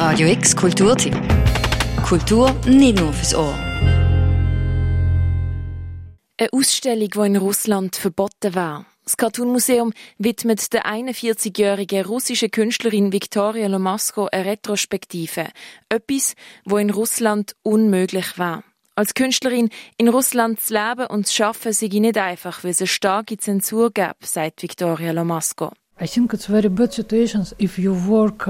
Radio X Kulturtipp. Kultur nicht nur fürs Ohr. Eine Ausstellung, die in Russland verboten war. Das Cartoon-Museum widmet der 41-jährigen russischen Künstlerin Viktoria Lomasko eine Retrospektive. Etwas, wo in Russland unmöglich war. Als Künstlerin in Russland zu leben und zu arbeiten, sei nicht einfach, weil es eine starke Zensur gab, sagt Viktoria Lomasko. I think it's very bad situation if you work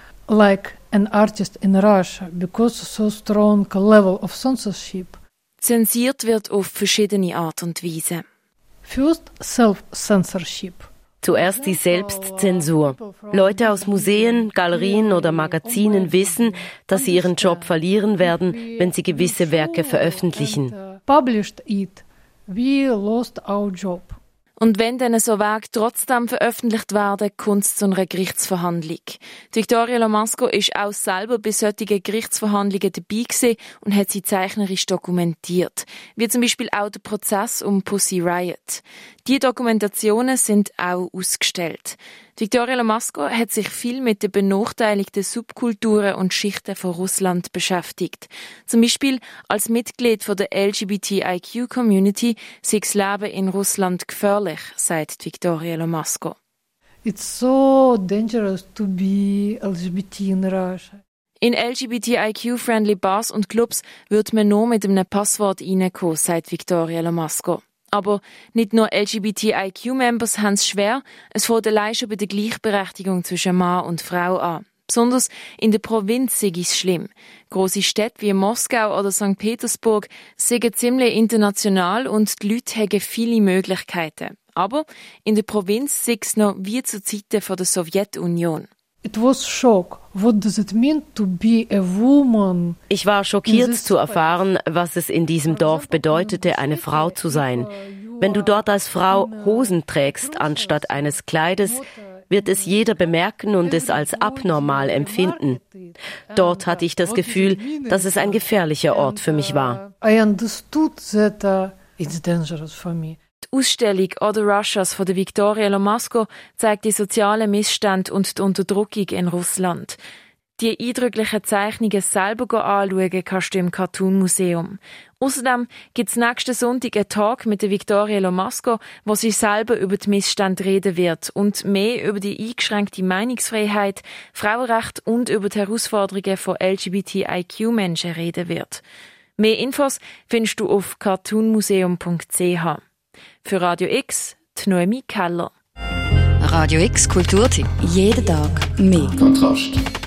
like an artist in Russia because so strong level of censorship. Zensiert wird auf verschiedene Art und Weise. First, self-censorship. Zuerst die Selbstzensur. Leute aus Museen, Galerien oder Magazinen wissen, dass sie ihren Job verlieren werden, wenn sie gewisse Werke veröffentlichen. Published it, we lost our job. Und wenn dann so Werke trotzdem veröffentlicht werden, kommt es zu einer Gerichtsverhandlung. Viktoria Lomasko ist auch selber bei solchen Gerichtsverhandlungen dabei gewesen und hat sie zeichnerisch dokumentiert. Wie zum Beispiel auch der Prozess um Pussy Riot. Die Dokumentationen sind auch ausgestellt. Viktoria Lomasko hat sich viel mit den benachteiligten Subkulturen und Schichten von Russland beschäftigt. Zum Beispiel als Mitglied von der LGBTIQ-Community sei das Leben in Russland gefährlich, sagt Viktoria Lomasko. It's so dangerous to be LGBT in Russia. In LGBTIQ-friendly Bars und Clubs wird man nur mit einem Passwort reinkommen, sagt Viktoria Lomasko. Aber nicht nur LGBTIQ-Members haben es schwer, es fängt allein schon bei der Gleichberechtigung zwischen Mann und Frau an. Besonders in der Provinz sei es schlimm. Grosse Städte wie Moskau oder St. Petersburg sind ziemlich international und die Leute haben viele Möglichkeiten. Aber in der Provinz sei es noch wie zu Zeiten der Sowjetunion. It was shock. What does it mean to be a woman? Ich war schockiert zu erfahren, was es in diesem Dorf bedeutete, eine Frau zu sein. Wenn du dort als Frau Hosen trägst anstatt eines Kleides, wird es jeder bemerken und es als abnormal empfinden. Dort hatte ich das Gefühl, dass es ein gefährlicher Ort für mich war. I understood that it's dangerous for me. Die Ausstellung «Other Russias» von der Viktoria Lomasko zeigt die sozialen Missstände und die Unterdrückung in Russland. Die eindrücklichen Zeichnungen selber anschauen kannst du im Cartoon-Museum. Außerdem gibt es nächsten Sonntag einen Tag mit der Viktoria Lomasko, wo sie selber über die Missstände reden wird und mehr über die eingeschränkte Meinungsfreiheit, Frauenrechte und über die Herausforderungen von LGBTIQ-Menschen reden wird. Mehr Infos findest du auf cartoonmuseum.ch. Für Radio X, die Noemi Keller. Radio X Kulturtipp. Jeden Tag mehr. Kontrast.